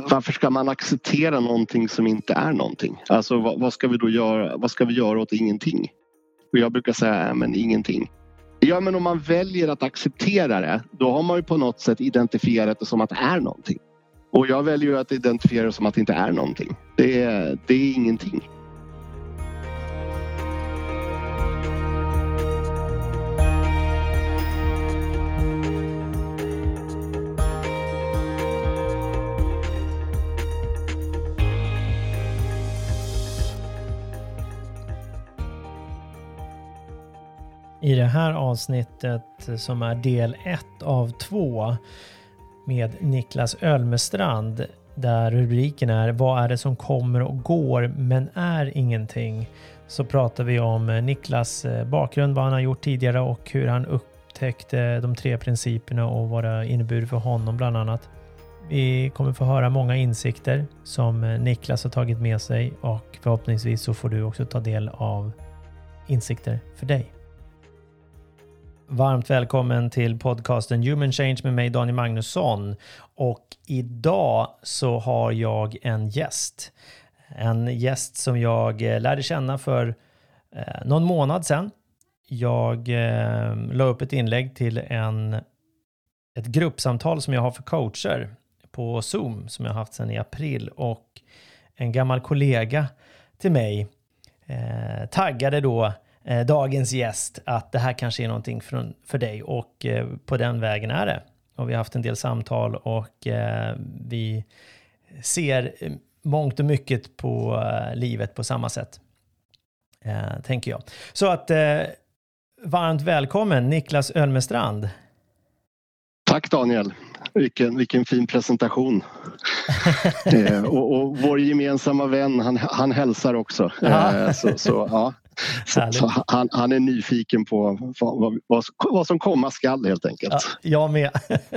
varför ska man acceptera någonting som inte är någonting? Alltså vad ska vi då göra? Vad ska vi göra åt ingenting? Och jag brukar säga, men ingenting. Ja, men om man väljer att acceptera det, då har man ju på något sätt identifierat det som att det är någonting. Och jag väljer ju att identifiera det som att det inte är någonting. Det är ingenting. I det här avsnittet som är del 1 av 2 med Niklas Ölmestrand, där rubriken är "Vad är det som kommer och går men är ingenting?", så pratar vi om Niklas bakgrund, vad han har gjort tidigare och hur han upptäckte de 3 principerna och vad det har inneburit för honom bland annat. Vi kommer få höra många insikter som Niklas har tagit med sig och förhoppningsvis så får du också ta del av insikter för dig. Varmt välkommen till podcasten Human Change med mig Daniel Magnusson, och idag så har jag en gäst. En gäst som jag lärde känna för någon månad sedan. Jag la upp ett inlägg till ett gruppsamtal som jag har för coacher på Zoom som jag har haft sedan i april, och en gammal kollega till mig taggade då dagens gäst att det här kanske är någonting för dig, och på den vägen är det. Och vi har haft en del samtal och vi ser mångt och mycket på livet på samma sätt, tänker jag. Så att varmt välkommen Niklas Ölmestrand. Tack Daniel. Vilken fin presentation. och vår gemensamma vän, han hälsar också. Så han är nyfiken på vad som komma skall helt enkelt. Ja, jag med.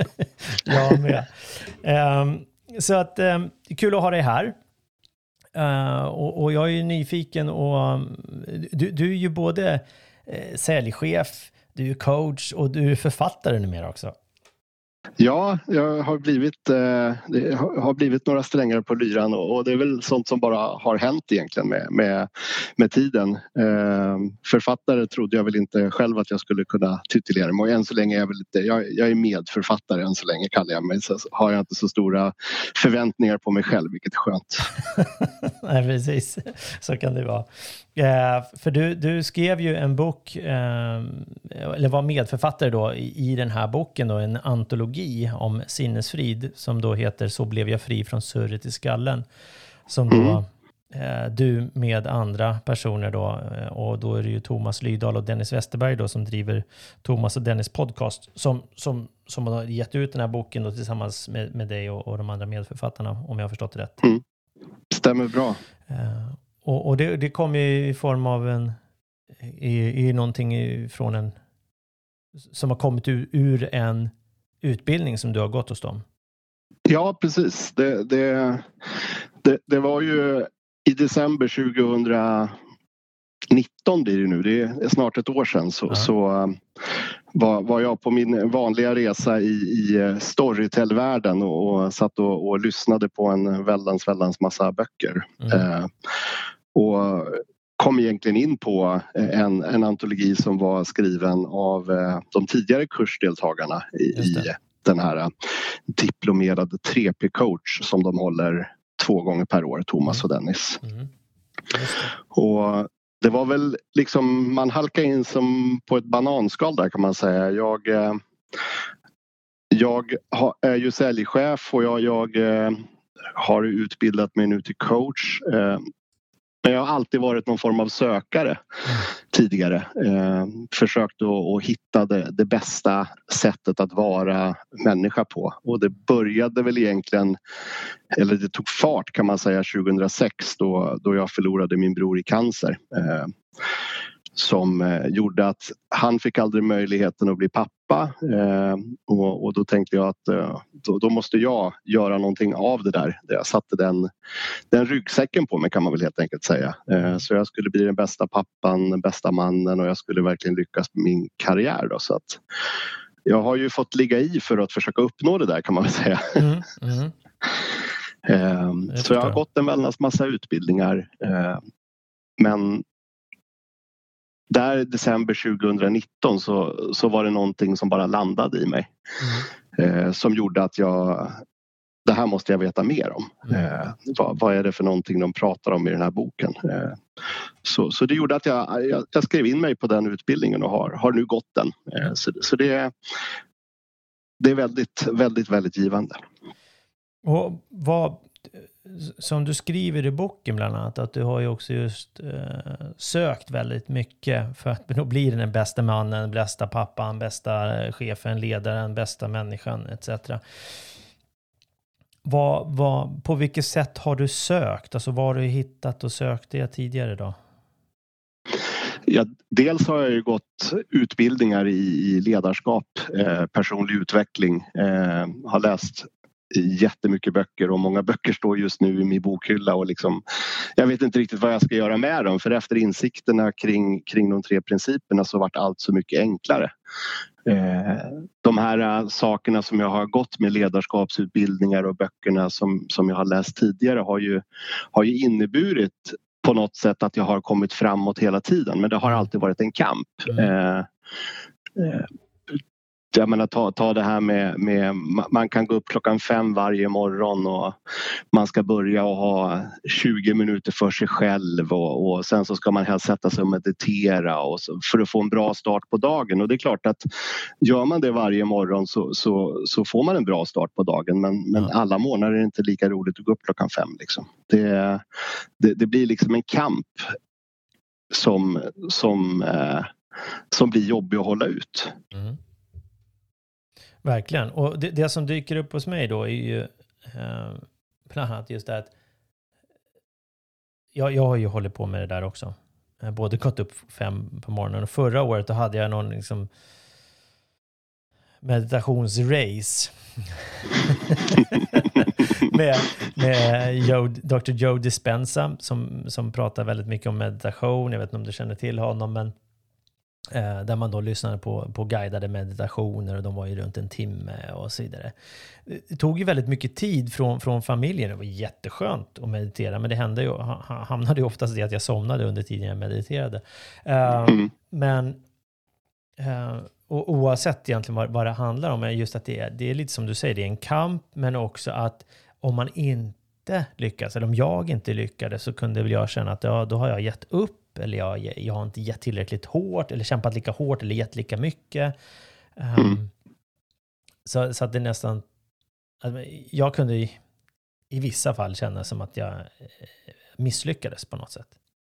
Så att kul att ha dig här. Och jag är ju nyfiken, och du är ju både säljchef, du är coach och du är författare numera också. Ja, jag har blivit några strängar på lyran, och det är väl sånt som bara har hänt egentligen med tiden. Författare trodde jag väl inte själv att jag skulle kunna titulera mig, och än så länge är jag väl jag är medförfattare än så länge, kallar jag mig. Så har jag inte så stora förväntningar på mig själv, vilket är skönt. Nej, precis. Så kan det vara. För du skrev ju en bok, eller var medförfattare då i den här boken då, en antologi om sinnesfrid som då heter Så blev jag fri från surret i skallen, som då du med andra personer då, och då är det ju Thomas Lydahl och Dennis Westerberg då som driver Thomas och Dennis podcast som har gett ut den här boken då tillsammans med dig och de andra medförfattarna, om jag har förstått det rätt. Stämmer bra. Och det kom ju i form av i någonting från en som har kommit ur en utbildning som du har gått hos dem. Ja, precis. Det var ju i december 2019 blir det nu. Det är snart ett år sedan. Så var jag på min vanliga resa i storytellvärlden och satt och lyssnade på en väldans massa böcker. Och kom egentligen in på en antologi som var skriven av de tidigare kursdeltagarna i den här diplomerade 3P-coach som de håller 2 gånger per år, Thomas och Dennis. Och det var väl liksom, man halkade in som på ett bananskal där, kan man säga. Jag är ju säljchef och jag har utbildat mig nu till coach. Men jag har alltid varit någon form av sökare tidigare. Försökt att hitta det bästa sättet att vara människa på. Och det började väl egentligen, eller det tog fart kan man säga 2006 då jag förlorade min bror i cancer. Som gjorde att han fick aldrig möjligheten att bli pappa. Och då tänkte jag att då måste jag göra någonting av det där. Jag satte den ryggsäcken på mig, kan man väl helt enkelt säga. Så jag skulle bli den bästa pappan, den bästa mannen, och jag skulle verkligen lyckas med min karriär. Då, så att jag har ju fått ligga i för att försöka uppnå det där, kan man väl säga. Så jag har gått en väldans massa utbildningar. Men där december 2019 så var det någonting som bara landade i mig. Som gjorde att det här måste jag veta mer om. Vad är det för någonting de pratar om i den här boken? Så det gjorde att jag skrev in mig på den utbildningen och har nu gått den. Så det är väldigt, väldigt, väldigt givande. Och som du skriver i boken bland annat, att du har ju också just sökt väldigt mycket för att bli den bästa mannen, bästa pappan, bästa chefen, ledaren, bästa människan etc. På vilket sätt har du sökt? Alltså vad har du hittat och sökt det tidigare då? Ja, dels har jag ju gått utbildningar i ledarskap, personlig utveckling, har läst jättemycket böcker och många böcker står just nu i min bokhylla och liksom, jag vet inte riktigt vad jag ska göra med dem, för efter insikterna kring de 3 principerna så varit allt så mycket enklare. De här sakerna som jag har gått med ledarskapsutbildningar och böckerna som jag har läst tidigare har ju inneburit på något sätt att jag har kommit framåt hela tiden, men det har alltid varit en kamp. Jag menar, ta det här med man kan gå upp 5:00 varje morgon och man ska börja och ha 20 minuter för sig själv och sen så ska man helst sätta sig och meditera och för att få en bra start på dagen. Och det är klart att gör man det varje morgon så får man en bra start på dagen, men alla månader är det inte lika roligt att gå upp 5:00 liksom. Det blir liksom en kamp som blir jobbig att hålla ut. Verkligen. Och det som dyker upp hos mig då är ju bland annat just det att jag har ju hållit på med det där också. Jag har både gått upp 5 på morgonen och förra året då hade jag någon liksom meditationsrace med Dr. Joe Dispenza som pratar väldigt mycket om meditation. Jag vet inte om du känner till honom, men där man då lyssnade på guidade meditationer och de var ju runt 1 timme och så vidare. Det tog ju väldigt mycket tid från familjen. Det var jätteskönt att meditera, men det hamnade ju oftast i att jag somnade under tiden jag mediterade. Men och oavsett egentligen vad det handlar om är just att det är lite som du säger, det är en kamp, men också att om man inte lyckas eller om jag inte lyckades så kunde väl jag känna att då har jag gett upp. Eller jag har inte gett tillräckligt hårt eller kämpat lika hårt eller gett lika mycket. Så att det nästan... Jag kunde i vissa fall känna som att jag misslyckades på något sätt.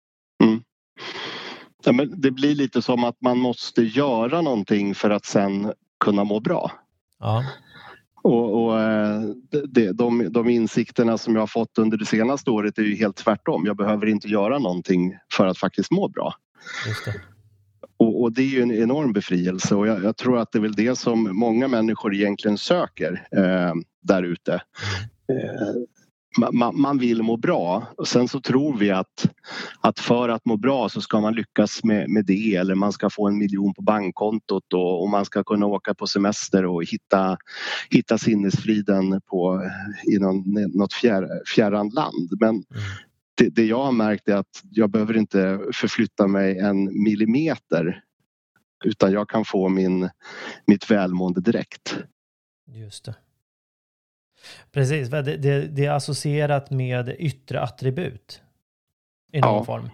Ja, men det blir lite som att man måste göra någonting för att sen kunna må bra. Ja. Och de insikterna som jag har fått under det senaste året är ju helt tvärtom. Jag behöver inte göra någonting för att faktiskt må bra. Just det. Och det är ju en enorm befrielse och jag tror att det är väl det som många människor egentligen söker där ute. Man vill må bra och sen så tror vi att för att må bra så ska man lyckas med det, eller man ska få 1 miljon på bankkontot och man ska kunna åka på semester och hitta sinnesfriden i något fjärran land. Men det jag har märkt är att jag behöver inte förflytta mig 1 millimeter utan jag kan få mitt välmående direkt. Just det. Precis, det är associerat med yttre attribut i någon form.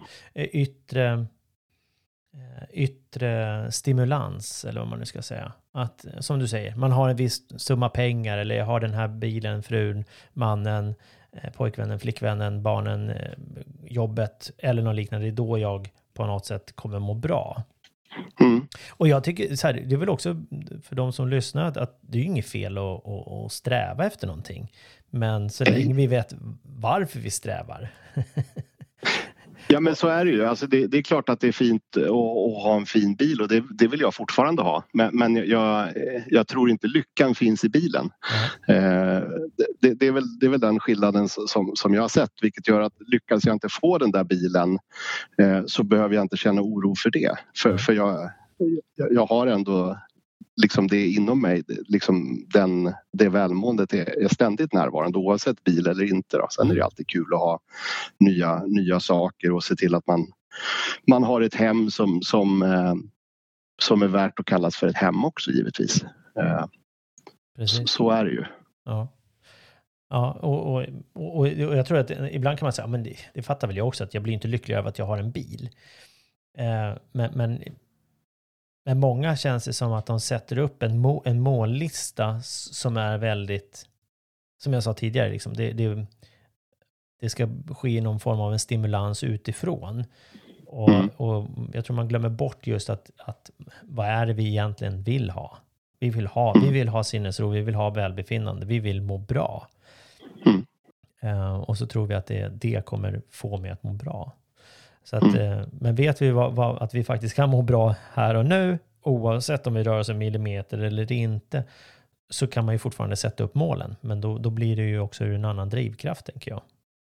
Yttre stimulans, eller vad man nu ska säga. Att, som du säger, man har en viss summa pengar, eller jag har den här bilen, frun, mannen, pojkvännen, flickvännen, barnen, jobbet eller något liknande. Det är då jag på något sätt kommer må bra. Och jag tycker så här, det är väl också för de som lyssnar att det är ju inget fel att sträva efter någonting, men så länge vi vet varför vi strävar. Ja, men så är det ju. Alltså det är klart att det är fint att ha en fin bil och det vill jag fortfarande ha. Men jag tror inte lyckan finns i bilen. Det är väl den skillnaden som jag har sett, vilket gör att lyckas jag inte få den där bilen så behöver jag inte känna oro för det. För jag har ändå liksom det inom mig, liksom det välmåendet är ständigt närvarande oavsett bil eller inte. Då. Sen är det alltid kul att ha nya saker och se till att man har ett hem som är värt att kallas för ett hem också givetvis. Så är det ju. Ja. Ja, och jag tror att ibland kan man säga, men det fattar väl jag också, att jag blir inte lycklig över att jag har en bil. Men många känns det som att de sätter upp en mållista som är väldigt, som jag sa tidigare, liksom, det ska ske någon form av en stimulans utifrån. Och jag tror man glömmer bort just att vad är det vi egentligen vill ha? Vi vill ha sinnesro, vi vill ha välbefinnande, vi vill må bra. Och så tror vi att det kommer få mig att må bra. Så att, men vet vi att vi faktiskt kan må bra här och nu, oavsett om vi rör oss en millimeter eller inte, så kan man ju fortfarande sätta upp målen. Men då blir det ju också ur en annan drivkraft, tänker jag.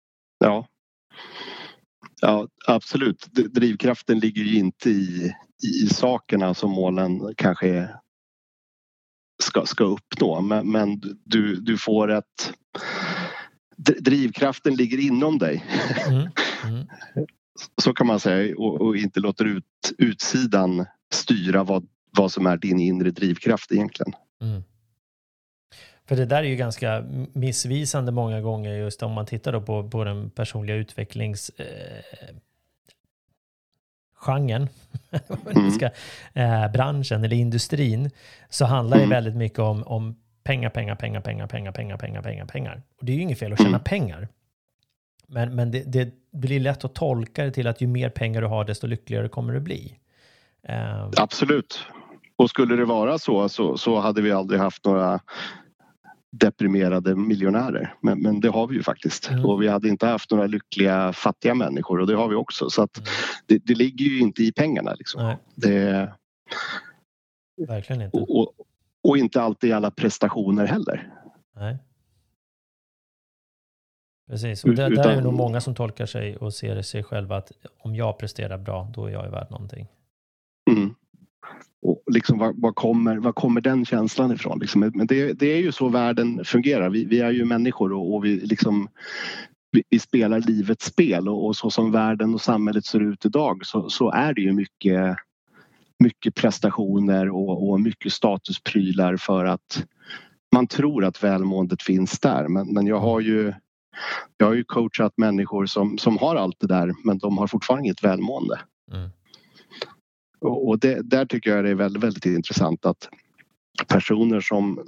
Ja, absolut. Drivkraften ligger ju inte i sakerna som målen kanske ska uppnå. Men du får drivkraften ligger inom dig. Så kan man säga, och inte låter utsidan styra vad som är din inre drivkraft egentligen. För det där är ju ganska missvisande många gånger, just om man tittar då på den personliga utvecklingsgenren, branschen eller industrin, så handlar det väldigt mycket om pengar. Och det är ju inget fel att tjäna pengar. Men det blir lätt att tolka det till att ju mer pengar du har, desto lyckligare kommer du bli. Absolut. Och skulle det vara så hade vi aldrig haft några deprimerade miljonärer. Men det har vi ju faktiskt. Och vi hade inte haft några lyckliga fattiga människor, och det har vi också. Så att det ligger ju inte i pengarna. Liksom. Verkligen inte. Och inte alltid i alla prestationer heller. Nej. Precis, och där är det nog många som tolkar sig och ser sig själva att om jag presterar bra, då är jag värd någonting. Och liksom, var kommer den känslan ifrån? Liksom? Men det är ju så världen fungerar. Vi är ju människor och vi spelar livets spel, och så som världen och samhället ser ut idag så är det ju mycket prestationer och mycket statusprylar för att man tror att välmåendet finns där. Men jag har ju coachat människor som har allt det där, men de har fortfarande inget välmående. Och där tycker jag det är väldigt, väldigt intressant att personer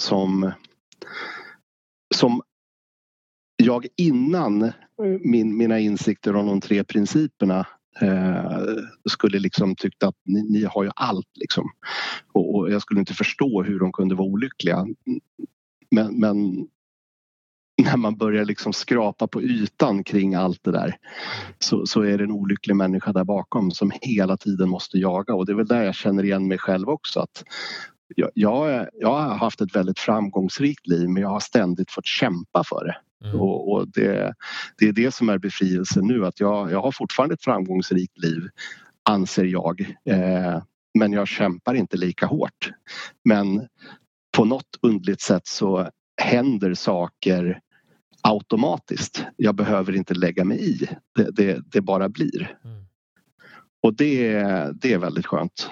som jag innan mina insikter om de 3 principerna skulle liksom tyckt att ni har ju allt liksom. Och jag skulle inte förstå hur de kunde vara olyckliga. Men när man börjar liksom skrapa på ytan kring allt det där så är det en olycklig människa där bakom som hela tiden måste jaga. Och det är väl där jag känner igen mig själv också. Att jag har haft ett väldigt framgångsrikt liv, men jag har ständigt fått kämpa för det. Och det är det som är befrielsen nu. Att jag har fortfarande ett framgångsrikt liv, anser jag. Men jag kämpar inte lika hårt. Men på något underligt sätt så händer saker automatiskt. Jag behöver inte lägga mig i. Det bara blir. Och det är väldigt skönt.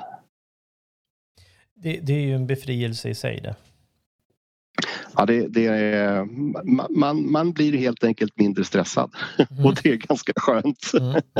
Det är ju en befrielse i sig det. Ja, det är, man blir helt enkelt mindre stressad. Och det är ganska skönt.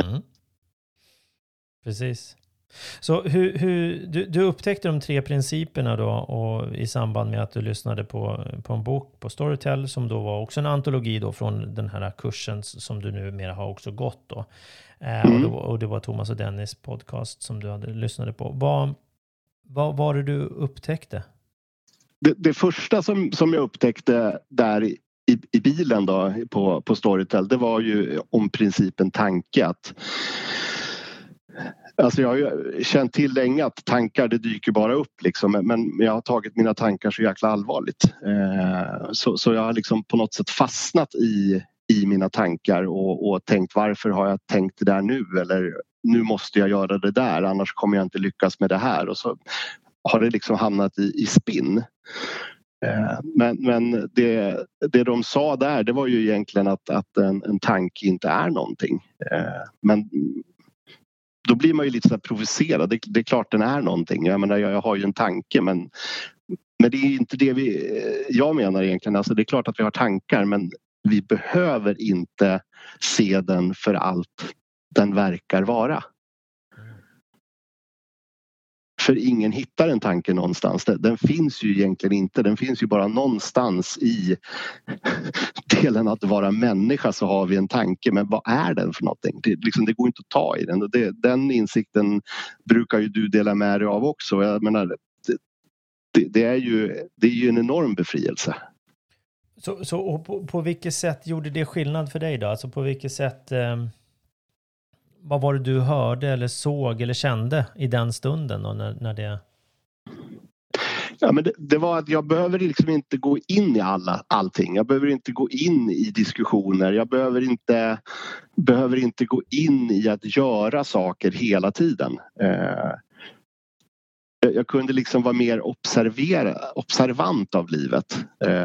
Precis. Så du upptäckte de 3 principerna då, och i samband med att du lyssnade på en bok på Storytel, som då var också en antologi då från den här kursen som du numera har också gått då. Och det var Thomas och Dennis podcast som du hade lyssnade på. Vad var det du upptäckte? Det första som jag upptäckte där i bilen då på Storytel, det var ju om principen tanke. Alltså jag har ju känt till länge att tankar, det dyker bara upp liksom, men jag har tagit mina tankar så jäkla allvarligt. Så jag har liksom på något sätt fastnat i mina tankar och tänkt, varför har jag tänkt det där nu? Eller nu måste jag göra det där, annars kommer jag inte lyckas med det här. Och så har det liksom hamnat i spinn. Men det de sa där, det var ju egentligen att en tanke inte är någonting. Men då blir man ju lite så här provocerad. Det är klart den är någonting. Jag menar, jag har ju en tanke, men det är inte det jag menar egentligen. Alltså, det är klart att vi har tankar, men vi behöver inte se den för allt den verkar vara. För ingen hittar en tanke någonstans. Den finns ju egentligen inte. Den finns ju bara någonstans i delen att vara människa, så har vi en tanke. Men vad är den för någonting? Det går inte att ta i den. Och den insikten brukar ju du dela med dig av också. Jag menar, det är ju en enorm befrielse. Så på vilket sätt gjorde det skillnad för dig då? Alltså på vilket sätt... Vad var det du hörde eller såg eller kände i den stunden då, när det... Ja, men det var att jag behöver liksom inte gå in i allting. Jag behöver inte gå in i diskussioner. Jag behöver inte gå in i att göra saker hela tiden. Jag kunde liksom vara mer observant av livet.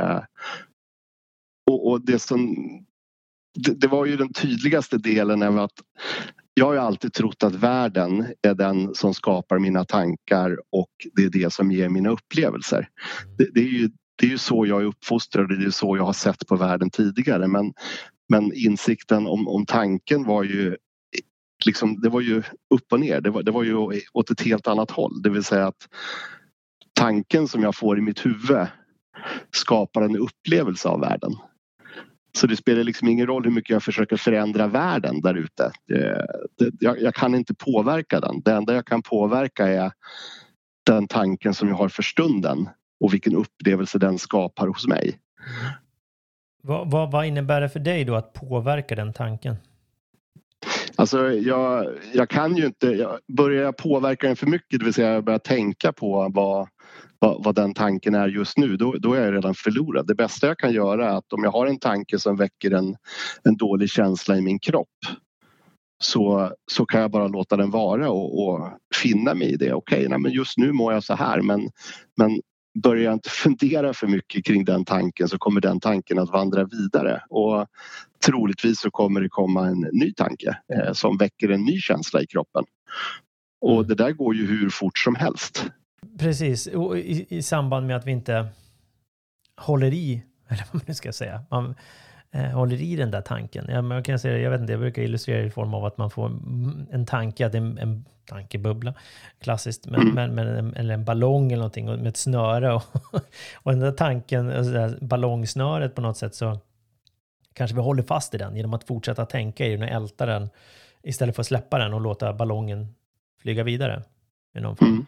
Och det var ju den tydligaste delen av att jag har ju alltid trott att världen är den som skapar mina tankar och det är det som ger mina upplevelser. Det är ju så jag är uppfostrad och det är så jag har sett på världen tidigare. Men insikten om tanken var ju liksom, det var ju upp och ner. Det var ju åt ett helt annat håll. Det vill säga att tanken som jag får i mitt huvud skapar en upplevelse av världen. Så det spelar liksom ingen roll hur mycket jag försöker förändra världen där ute. Jag kan inte påverka den. Det enda jag kan påverka är den tanken som jag har för stunden och vilken upplevelse den skapar hos mig. Vad innebär det för dig då att påverka den tanken? Alltså jag kan ju inte, börjar jag påverka den för mycket, det vill säga jag börjar tänka på vad den tanken är just nu, då är jag redan förlorad. Det bästa jag kan göra är att om jag har en tanke som väcker en dålig känsla i min kropp, så kan jag bara låta den vara och finna mig i det. Okej, men just nu mår jag så här, men börjar jag inte fundera för mycket kring den tanken, så kommer den tanken att vandra vidare. Och troligtvis så kommer det komma en ny tanke som väcker en ny känsla i kroppen. Och det där går ju hur fort som helst. Precis, och i samband med att vi inte håller i, eller vad man nu ska säga, man håller i den där tanken. Man kan säga, jag vet inte, jag brukar illustrera i form av att man får en tanke, att det är en tankebubbla, klassiskt, eller en ballong eller någonting med ett snöre och den där tanken, alltså det där ballongsnöret på något sätt, så kanske vi håller fast i den genom att fortsätta tänka i den och älta den istället för att släppa den och låta ballongen flyga vidare i någon form.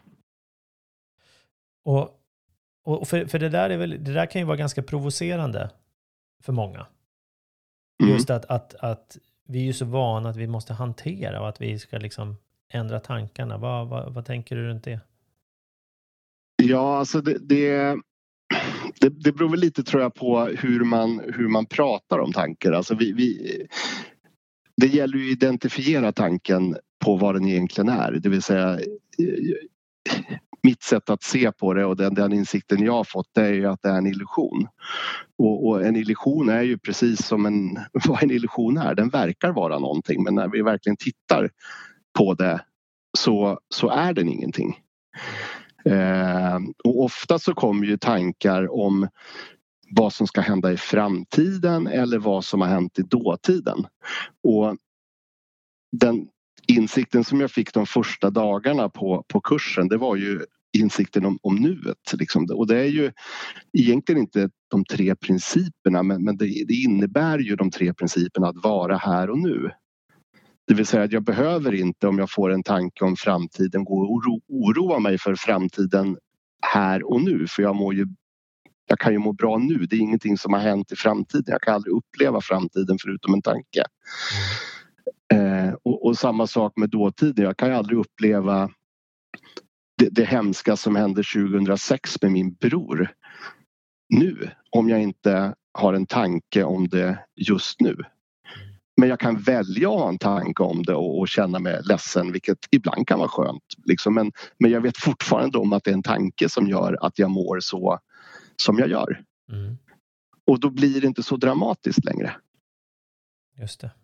Och för det där kan ju vara ganska provocerande för många. Just att vi är ju så vana att vi måste hantera och att vi ska liksom ändra tankarna. Vad tänker du runt det? Ja, alltså det beror väl lite, tror jag, på hur man pratar om tankar. Alltså det gäller ju att identifiera tanken på vad den egentligen är. Det vill säga, mitt sätt att se på det och den insikten jag har fått, det är ju att det är en illusion. Och en illusion är ju precis som vad en illusion är. Den verkar vara någonting, men när vi verkligen tittar på det så är den ingenting. Och ofta så kommer ju tankar om vad som ska hända i framtiden eller vad som har hänt i dåtiden. Och den insikten som jag fick de första dagarna på kursen, det var ju insikten om nuet. Liksom. Och det är ju egentligen inte de 3 principerna, men det innebär ju de 3 principerna att vara här och nu. Det vill säga att jag behöver inte, om jag får en tanke om framtiden, gå och oroa mig för framtiden här och nu. För jag kan ju må bra nu. Det är ingenting som har hänt i framtiden. Jag kan aldrig uppleva framtiden förutom en tanke. Och samma sak med dåtiden. Jag kan ju aldrig uppleva det hemska som hände 2006 med min bror nu, om jag inte har en tanke om det just nu. Men jag kan välja att ha en tanke om det och känna mig ledsen, vilket ibland kan vara skönt. Liksom. Men jag vet fortfarande om att det är en tanke som gör att jag mår så som jag gör. Mm. Och då blir det inte så dramatiskt längre. Just det.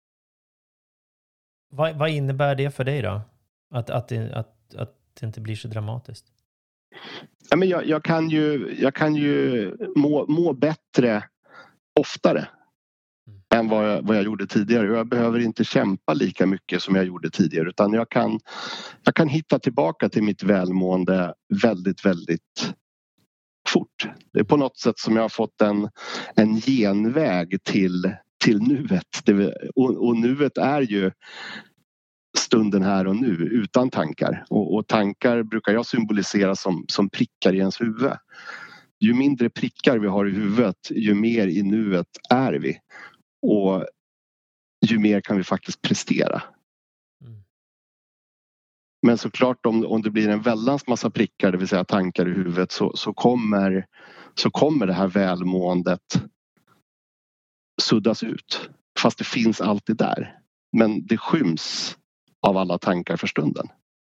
Vad innebär det för dig då? Att det inte blir så dramatiskt? Ja, men jag kan ju må bättre oftare än vad jag gjorde tidigare. Jag behöver inte kämpa lika mycket som jag gjorde tidigare, utan jag kan hitta tillbaka till mitt välmående väldigt, väldigt fort. Det är på något sätt som jag har fått en genväg till nuet. Och nuet är ju stunden här och nu utan tankar. Och tankar brukar jag symbolisera som prickar i ens huvud. Ju mindre prickar vi har i huvudet, ju mer i nuet är vi. Och ju mer kan vi faktiskt prestera. Mm. Men såklart om det blir en väldans massa prickar, det vill säga tankar i huvudet, så kommer det här välmåendet suddas ut. Fast det finns alltid där. Men det skyms av alla tankar för stunden.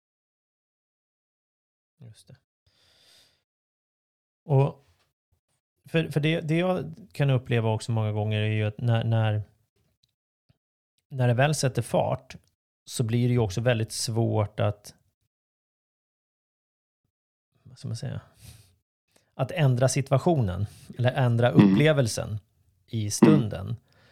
Just det. Och för det jag kan uppleva också många gånger är ju att när det väl sätter fart så blir det ju också väldigt svårt att, vad ska man säga, att ändra situationen eller ändra upplevelsen i stunden.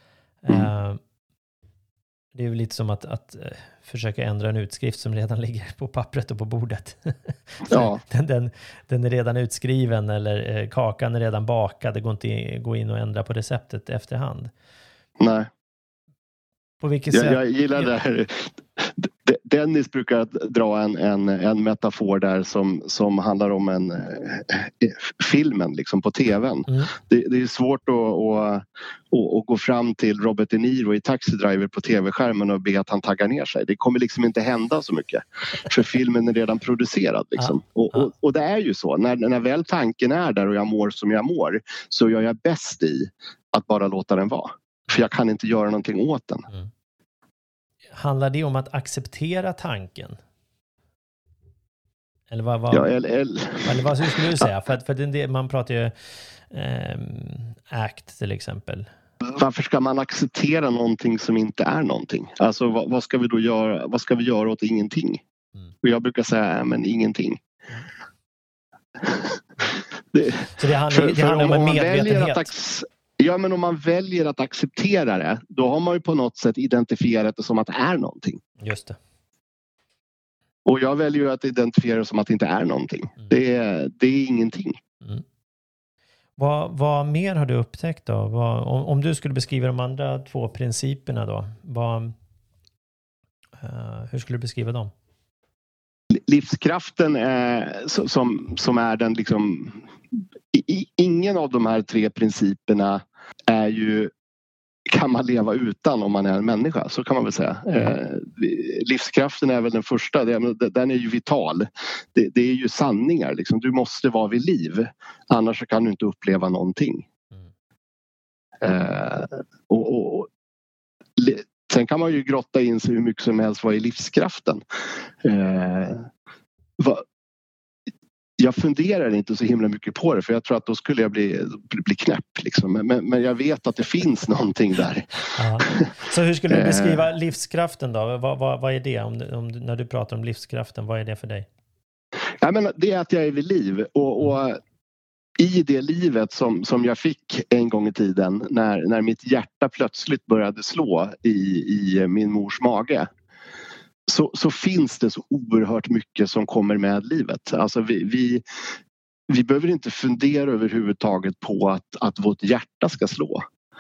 Det är väl lite som att försöka ändra en utskrift som redan ligger på pappret och på bordet. Ja. Den är redan utskriven, eller kakan är redan bakad. Det går inte att gå in och ändra på receptet efterhand. Nej. På vilket sätt? Jag gillar det här. Dennis brukar dra en metafor där som handlar om filmen liksom på tvn. Det är svårt att gå fram till Robert De Niro i Taxi Driver på tv-skärmen och be att han taggar ner sig. Det kommer liksom inte hända så mycket. För filmen är redan producerad liksom. Och det är ju så. När väl tanken är där och jag mår som jag mår, så gör jag bäst i att bara låta den vara. För jag kan inte göra någonting åt den. Handlar det om att acceptera tanken? Eller vad skulle du säga? För man pratar ju ACT till exempel. Varför ska man acceptera någonting som inte är någonting? Alltså vad ska vi då göra? Vad ska vi göra åt ingenting? Och jag brukar säga, men ingenting. Så det handlar om en medvetenhet. Ja, men om man väljer att acceptera det, då har man ju på något sätt identifierat det som att det är någonting. Just det. Och jag väljer ju att identifiera det som att det inte är någonting. Det är ingenting. Vad mer har du upptäckt då? Om du skulle beskriva de andra 2 principerna då, hur skulle du beskriva dem? Livskraften som är den liksom, ingen av de här 3 principerna kan man leva utan om man är en människa, så kan man väl säga. Livskraften är väl den första, den är ju vital. Det är ju sanningar liksom. Du måste vara vid liv, annars kan du inte uppleva någonting. Sen kan man ju grotta in sig hur mycket som helst vad är livskraften. Jag funderar inte så himla mycket på det, för jag tror att då skulle jag bli knäpp liksom. Men jag vet att det finns någonting där. Aha. Så hur skulle du beskriva livskraften då? Vad är det? När du pratar om livskraften, vad är det för dig? Ja, men det är att jag är vid liv och i det livet som jag fick en gång i tiden när mitt hjärta plötsligt började slå i min mors mage, så finns det så oerhört mycket som kommer med livet. Alltså vi behöver inte fundera överhuvudtaget på att vårt hjärta ska slå.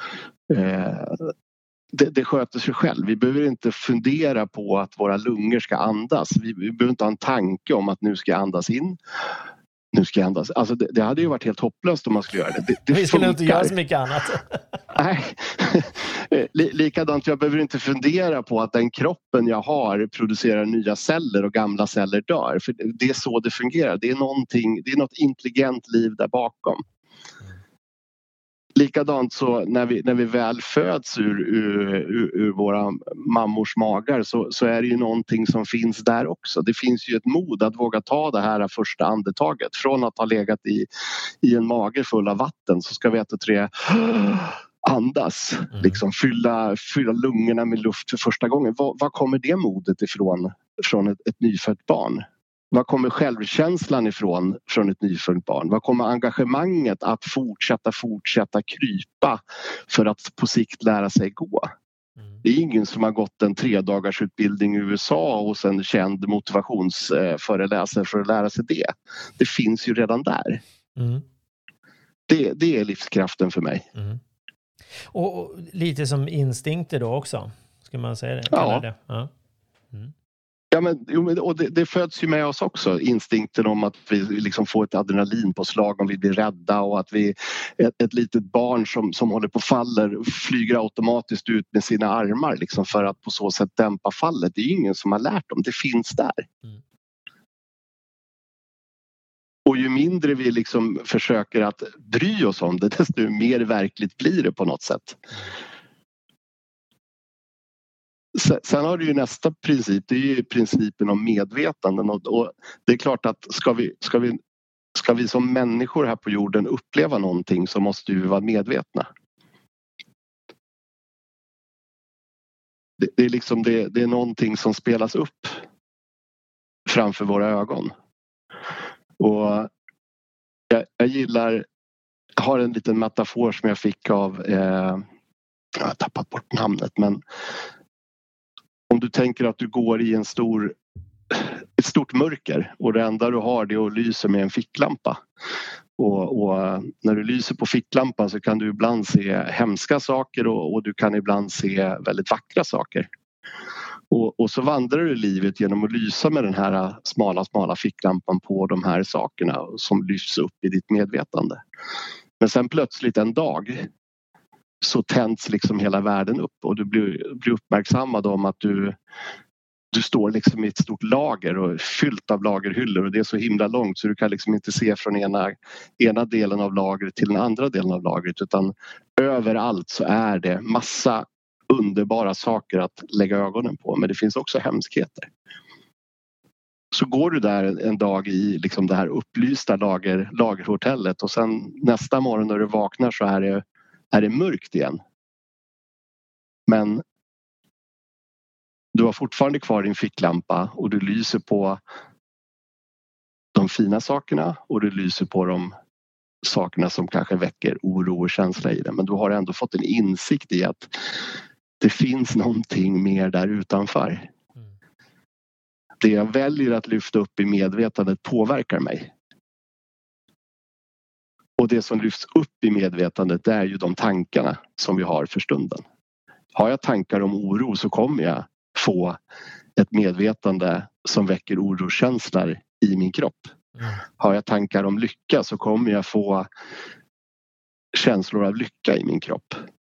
Det sköter sig själv. Vi behöver inte fundera på att våra lungor ska andas. Vi behöver inte ha en tanke om att nu ska jag andas in. Nu ska jag andas. Alltså det hade ju varit helt hopplöst om man skulle göra det. Vi skulle inte göra så mycket annat. Nej. Likadant, jag behöver inte fundera på att den kroppen jag har producerar nya celler och gamla celler dör. För det är så det fungerar. Det är något intelligent liv där bakom. likadant så när vi väl föds ur våra mammors magar så är det ju någonting som finns där också. Det finns ju ett mod att våga ta det här första andetaget. Från att ha legat i en mage full av vatten så ska vi 1, 2, 3 andas. Liksom fylla lungorna med luft för första gången. Var kommer det modet ifrån från ett nyfött barn? Var kommer självkänslan ifrån från ett nyfött barn? Var kommer engagemanget att fortsätta krypa för att på sikt lära sig gå? Det är ingen som har gått en 3-dagarsutbildning i USA och sen känd motivationsföreläsare för att lära sig det. Det finns ju redan där. Det är livskraften för mig. Och lite som instinkter då också, ska man säga det? Ja. Det? Ja. Ja, men, och det föds ju med oss också, instinkten om att vi liksom får ett adrenalinpåslag om vi blir rädda och att vi ett litet barn som håller på faller flyger automatiskt ut med sina armar liksom för att på så sätt dämpa fallet. Det är ingen som har lärt dem, det finns där. Och ju mindre vi liksom försöker att bry oss om det, desto mer verkligt blir det på något sätt. Sen har du ju nästa princip, det är ju principen om medvetanden och det är klart att ska vi som människor här på jorden uppleva någonting så måste vi vara medvetna. Det är liksom det är någonting som spelas upp framför våra ögon. Och jag har en liten metafor som jag fick av jag har tappat bort namnet, men om du tänker att du går i ett stort mörker och det enda du har det är att lysa med en ficklampa. Och när du lyser på ficklampan så kan du ibland se hemska saker och du kan ibland se väldigt vackra saker. Och så vandrar du livet genom att lysa med den här smala ficklampan på de här sakerna som lyfts upp i ditt medvetande. Men sen plötsligt en dag så tänds liksom hela världen upp och du blir uppmärksammad om att du står liksom i ett stort lager och fyllt av lagerhyllor och det är så himla långt så du kan liksom inte se från ena delen av lagret till den andra delen av lagret, utan överallt så är det massa underbara saker att lägga ögonen på, men det finns också hemskheter. Så går du där en dag i liksom det här upplysta lagerhotellet och sen nästa morgon när du vaknar så är det mörkt igen. Men du har fortfarande kvar din ficklampa och du lyser på de fina sakerna och du lyser på de sakerna som kanske väcker oro och känsla i det. Men du har ändå fått en insikt i att det finns någonting mer där utanför. Det jag väljer att lyfta upp i medvetandet påverkar mig. Och det som lyfts upp i medvetandet det är ju de tankarna som vi har för stunden. Har jag tankar om oro så kommer jag få ett medvetande som väcker orokänslor i min kropp. Har jag tankar om lycka så kommer jag få känslor av lycka i min kropp.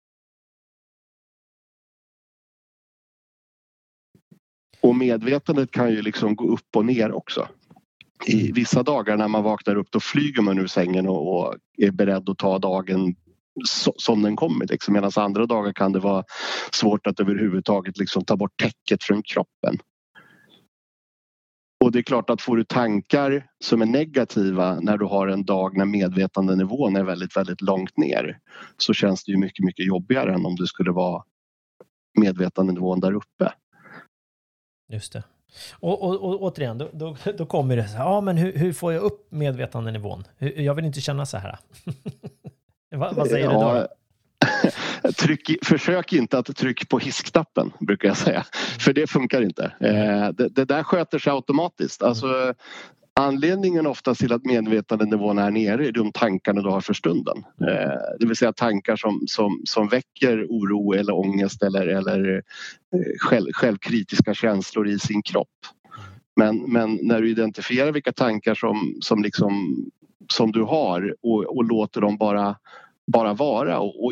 Och medvetandet kan ju liksom gå upp och ner också. I vissa dagar när man vaknar upp då flyger man ur sängen och är beredd att ta dagen som den kommer. Liksom. Medan andra dagar kan det vara svårt att överhuvudtaget liksom ta bort täcket från kroppen. Och det är klart att får du tankar som är negativa när du har en dag när medvetandenivån är väldigt, väldigt långt ner så känns det ju mycket, mycket jobbigare än om du skulle vara medvetandenivån där uppe. Just det. Och återigen, då kommer det så här, ja men hur får jag upp medvetandenivån? Jag vill inte känna så här. Vad säger du då? Försök inte att trycka på hiskknappen brukar jag säga. För det funkar inte. Det där sköter sig automatiskt. Alltså, anledningen ofta till att medvetandenivån är nere är de tankarna du har för stunden. Det vill säga tankar som väcker oro eller ångest eller självkritiska känslor i sin kropp. Men när du identifierar vilka tankar som du har och låter dem bara vara och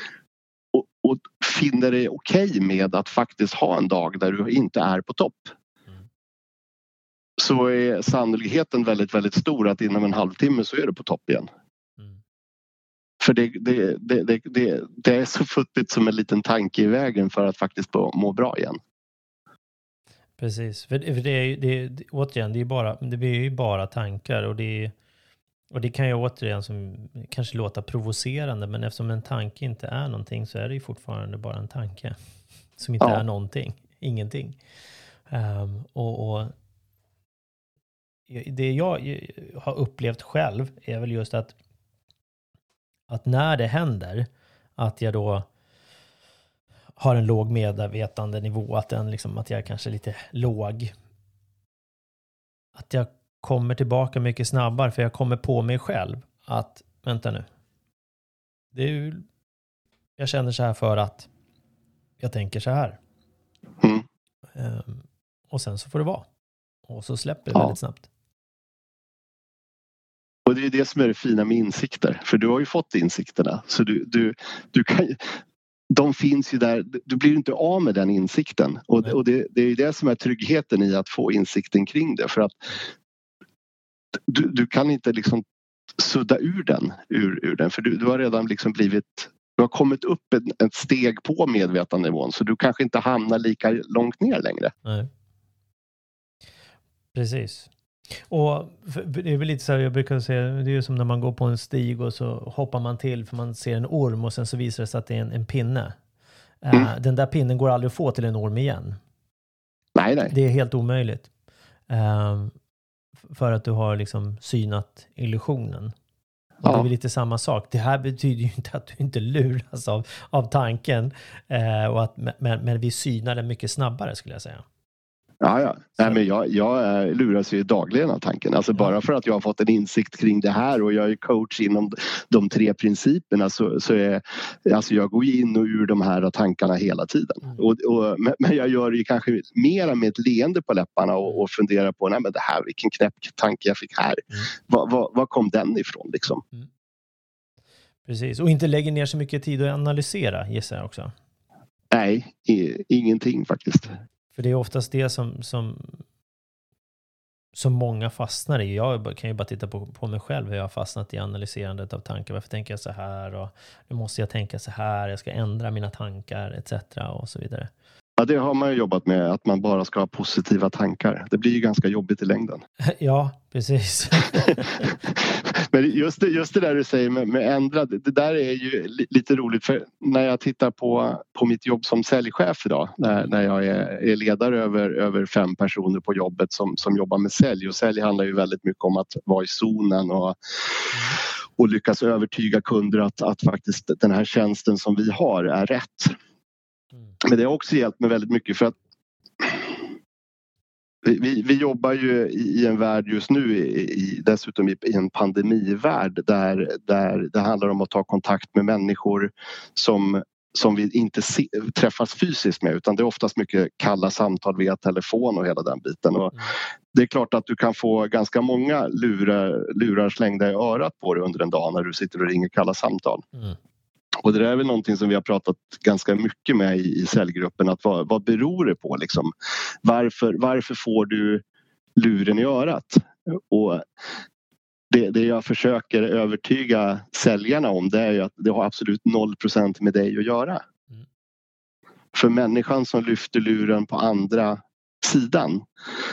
finner det okej med att faktiskt ha en dag där du inte är på topp. Så är sannolikheten väldigt, väldigt stor att inom en halvtimme så är du på topp igen. För det är så futtigt som en liten tanke i vägen för att faktiskt må bra igen. Precis, för återigen, det blir ju bara tankar och det kan ju återigen som kanske låta provocerande, men eftersom en tanke inte är någonting så är det ju fortfarande bara en tanke som inte är någonting, ingenting. Och det jag har upplevt själv är väl just att när det händer att jag då har en låg medvetandenivå, att jag kanske är lite låg, att jag kommer tillbaka mycket snabbare, för jag kommer på mig själv att vänta nu, jag känner så här för att jag tänker så här. Och sen så får det vara, och så släpper det väldigt snabbt. Och det är det som är det fina med insikter, för du har ju fått insikterna, så du kan, de finns ju där, du blir inte av med den insikten, och det är ju det som är tryggheten i att få insikten kring det, för att du kan inte liksom sudda ur den, för du har redan liksom du har kommit upp ett steg på medvetandenivån, så du kanske inte hamnar lika långt ner längre. Nej. Precis. Och det är väl lite så här, jag brukar säga, det är ju som när man går på en stig och så hoppar man till för man ser en orm och sen så visar det sig att det är en pinne. Den där pinnen går aldrig att få till en orm igen. Nej. Det är helt omöjligt. För att du har liksom synat illusionen. Och det är väl lite samma sak. Det här betyder ju inte att du inte luras av tanken. Men vi synar den mycket snabbare, skulle jag säga. Ja. Nej, men jag luras ju dagligen av tanken. Alltså bara för att jag har fått en insikt kring det här och jag är coach inom de 3 principerna, så är alltså jag går in och ur de här tankarna hela tiden. Men jag gör det ju kanske mera med ett leende på läpparna och funderar på, nej men det här, vilken knäpp tanke jag fick här. Var kom den ifrån liksom? Precis, och inte lägger ner så mycket tid att analysera, gissar jag också. Nej, ingenting faktiskt. För det är oftast det som många fastnar i. Jag kan ju bara titta på mig själv, hur jag har fastnat i analyserandet av tankar. Varför tänker jag så här? Och nu måste jag tänka så här. Jag ska ändra mina tankar, etc. och så vidare. Ja, det har man ju jobbat med, att man bara ska ha positiva tankar. Det blir ju ganska jobbigt i längden. Ja, precis. Men just det där du säger med ändra, det där är ju lite roligt, för när jag tittar på mitt jobb som säljchef idag, när jag är ledare över 5 personer på jobbet som jobbar med sälj, och sälj handlar ju väldigt mycket om att vara i zonen och lyckas övertyga kunder att faktiskt den här tjänsten som vi har är rätt. Men det har också hjälpt mig väldigt mycket, för att vi jobbar ju i en värld just nu, dessutom i en pandemivärld där det handlar om att ta kontakt med människor som vi inte träffas fysiskt med, utan det är oftast mycket kalla samtal via telefon och hela den biten. Och det är klart att du kan få ganska många lurar slängda i örat på dig under en dag när du sitter och ringer kalla samtal. Och det där är väl någonting som vi har pratat ganska mycket med i säljgruppen, att vad beror det på liksom? Varför får du luren i örat? Och det jag försöker övertyga säljarna om, det är ju att det har absolut 0% med dig att göra. För människan som lyfter luren på andra sidan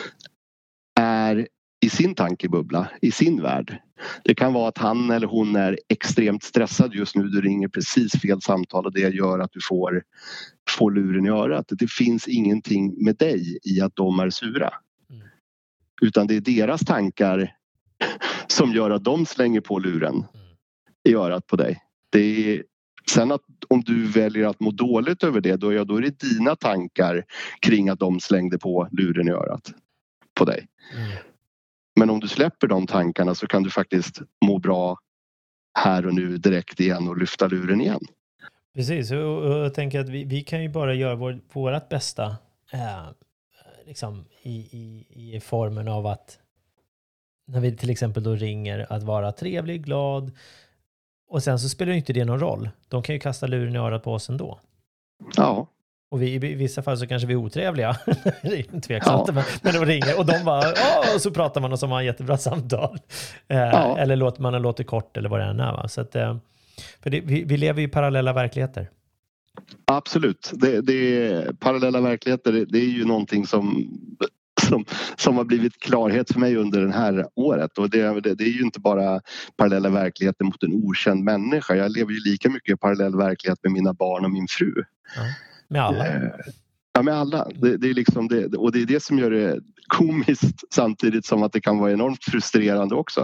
är i sin tankebubbla, i sin värld. Det kan vara att han eller hon är extremt stressad just nu. Du ringer precis fel samtal och det gör att du får luren i örat. Det finns ingenting med dig i att de är sura. Utan det är deras tankar som gör att de slänger på luren i örat på dig. Sen att om du väljer att må dåligt över det, då är det dina tankar kring att de slängde på luren i örat på dig. Men om du släpper de tankarna så kan du faktiskt må bra här och nu direkt igen och lyfta luren igen. Precis, och jag tänker att vi kan ju bara göra vårat bästa liksom i formen av att när vi till exempel då ringer, att vara trevlig, glad, och sen så spelar inte det någon roll. De kan ju kasta luren i örat på oss ändå. Ja. Och i vissa fall så kanske vi är otrevliga. Det är inte tveksamt, men de ringer och de bara, och så pratar man och så har man jättebra samtal. Eller man låter kort eller vad det än är. Va? Så att, För vi lever i parallella verkligheter. Absolut. Det parallella verkligheter, det är ju någonting som har blivit klarhet för mig under det här året. Och det är ju inte bara parallella verkligheter mot en okänd människa. Jag lever ju lika mycket i parallell verklighet med mina barn och min fru. Ja, med alla. Ja, med alla. Det är liksom det, och det är det som gör det komiskt samtidigt som att det kan vara enormt frustrerande också.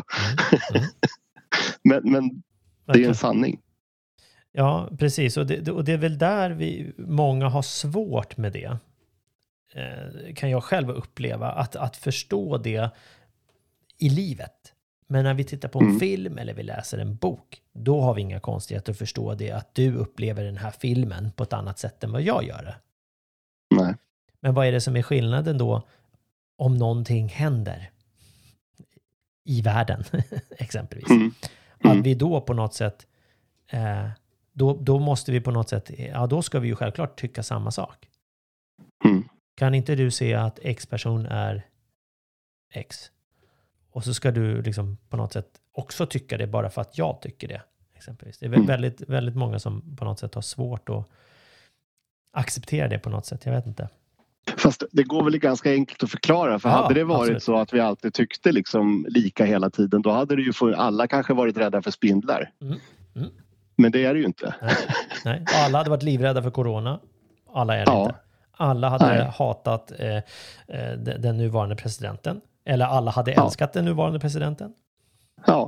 Men det är en sanning. Ja, precis. Och det är väl där många har svårt med det. Kan jag själv uppleva. Att förstå det i livet. Men när vi tittar på en film eller vi läser en bok, då har vi inga konstigheter att förstå det. Att du upplever den här filmen på ett annat sätt än vad jag gör det. Nej. Men vad är det som är skillnaden då om någonting händer i världen exempelvis? Att vi då på något sätt då måste vi på något sätt, då ska vi ju självklart tycka samma sak. Kan inte du se att X-person är X? Och så ska du liksom på något sätt också tycka det bara för att jag tycker det. Exempelvis. Det är väldigt, väldigt många som på något sätt har svårt att acceptera det på något sätt. Jag vet inte. Fast det går väl ganska enkelt att förklara. För hade det varit absolut så att vi alltid tyckte liksom lika hela tiden, då hade det ju alla kanske varit rädda för spindlar. Men det är det ju inte. Nej. Alla hade varit livrädda för corona. Alla är det inte. Alla hade hatat den nuvarande presidenten. Eller alla hade älskat den nuvarande presidenten. Ja.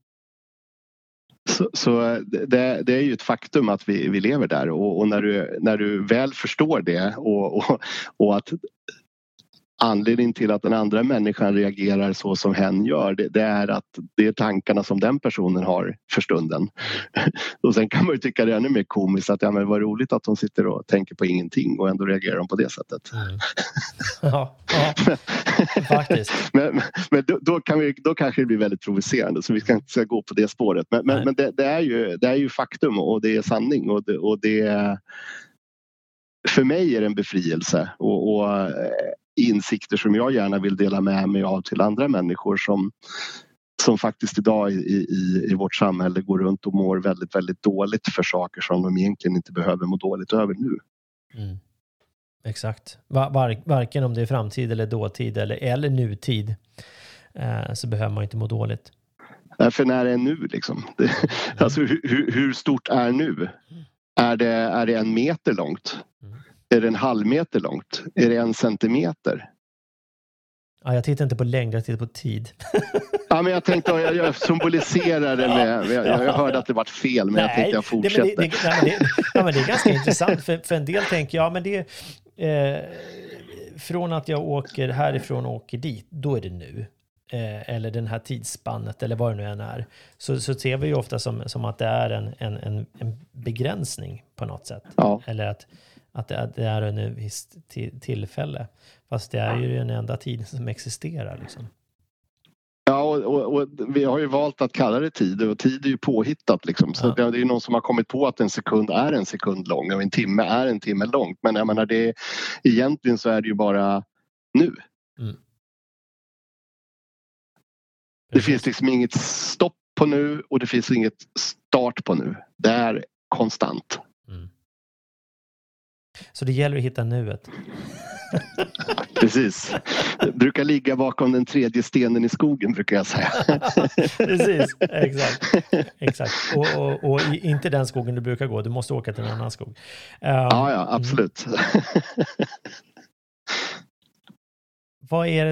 Så det är ju ett faktum att vi lever där. Och när du väl förstår det och att anledningen till att den andra människan reagerar så som hen gör, det är att det är tankarna som den personen har för stunden. Och sen kan man ju tycka det är ännu mer komiskt att men vad roligt att de sitter och tänker på ingenting och ändå reagerar de på det sättet. Ja, faktiskt. Men då kanske det blir väldigt provocerande, så vi ska inte gå på det spåret. Men det är ju faktum och det är sanning och det för mig är det en befrielse och insikter som jag gärna vill dela med mig av till andra människor som faktiskt idag i vårt samhälle går runt och mår väldigt, väldigt dåligt för saker som de egentligen inte behöver må dåligt över nu. Exakt. Varken om det är framtid eller dåtid eller nutid så behöver man inte må dåligt. För när är nu liksom? Alltså hur stort är nu? Är det 1 meter långt? Är det 1/2 meter långt? Är det 1 centimeter? Ja, jag tittar inte på längd, jag tittar på tid. Ja, men jag tänkte, jag symboliserar det med, jag hörde att det var fel, men jag tänkte jag fortsätter. Men det är ganska intressant, för en del tänker, men det från att jag åker härifrån och åker dit, då är det nu. Eller den här tidsspannet, eller vad det nu än är. Så ser vi ju ofta som att det är en begränsning på något sätt. Ja. Eller att det är en viss tillfälle. Fast det är ju den enda tiden som existerar liksom. Ja, och vi har ju valt att kalla det tid, och tid är ju påhittat liksom. Så det är ju någon som har kommit på att 1 sekund är 1 sekund lång och 1 timme är 1 timme långt. Men jag menar, egentligen så är det ju bara nu. Det finns liksom inget stopp på nu och det finns inget start på nu. Det är konstant. Så det gäller att hitta nuet. Precis. Det brukar ligga bakom den 3:e stenen i skogen, brukar jag säga. Precis, exakt. Och inte den skogen du brukar gå, du måste åka till en annan skog. Ja, absolut. Vad är det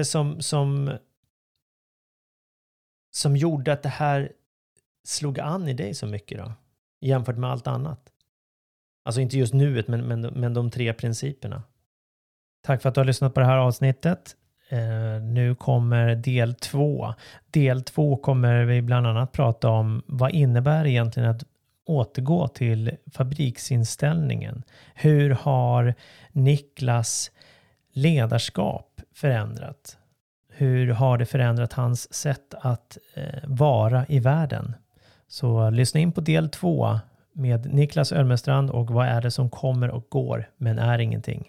som gjorde att det här slog an i dig så mycket då? Jämfört med allt annat. Alltså inte just nuet, men de 3 principerna. Tack för att du har lyssnat på det här avsnittet. Nu kommer del 2. Del 2 kommer vi bland annat prata om vad innebär egentligen att återgå till fabriksinställningen. Hur har Niklas ledarskap förändrat? Hur har det förändrat hans sätt att vara i världen? Så lyssna in på del 2 med Niklas Ölmestrand och vad är det som kommer och går men är ingenting.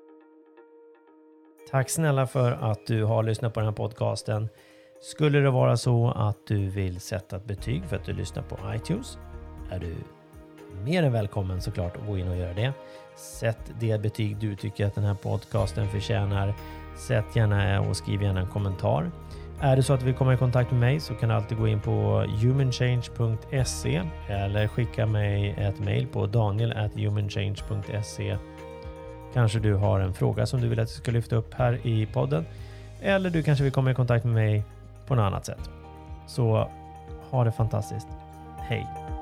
Tack snälla för att du har lyssnat på den här podcasten. Skulle det vara så att du vill sätta ett betyg för att du lyssnar på iTunes, är du mer än välkommen såklart att gå in och göra det. Sätt det betyg du tycker att den här podcasten förtjänar. Sätt gärna och skriv gärna en kommentar. Är det så att du vill komma i kontakt med mig så kan du alltid gå in på humanchange.se eller skicka mig ett mejl på daniel@humanchange.se. Kanske du har en fråga som du vill att jag ska lyfta upp här i podden. Eller du kanske vill komma i kontakt med mig på något annat sätt. Så ha det fantastiskt. Hej!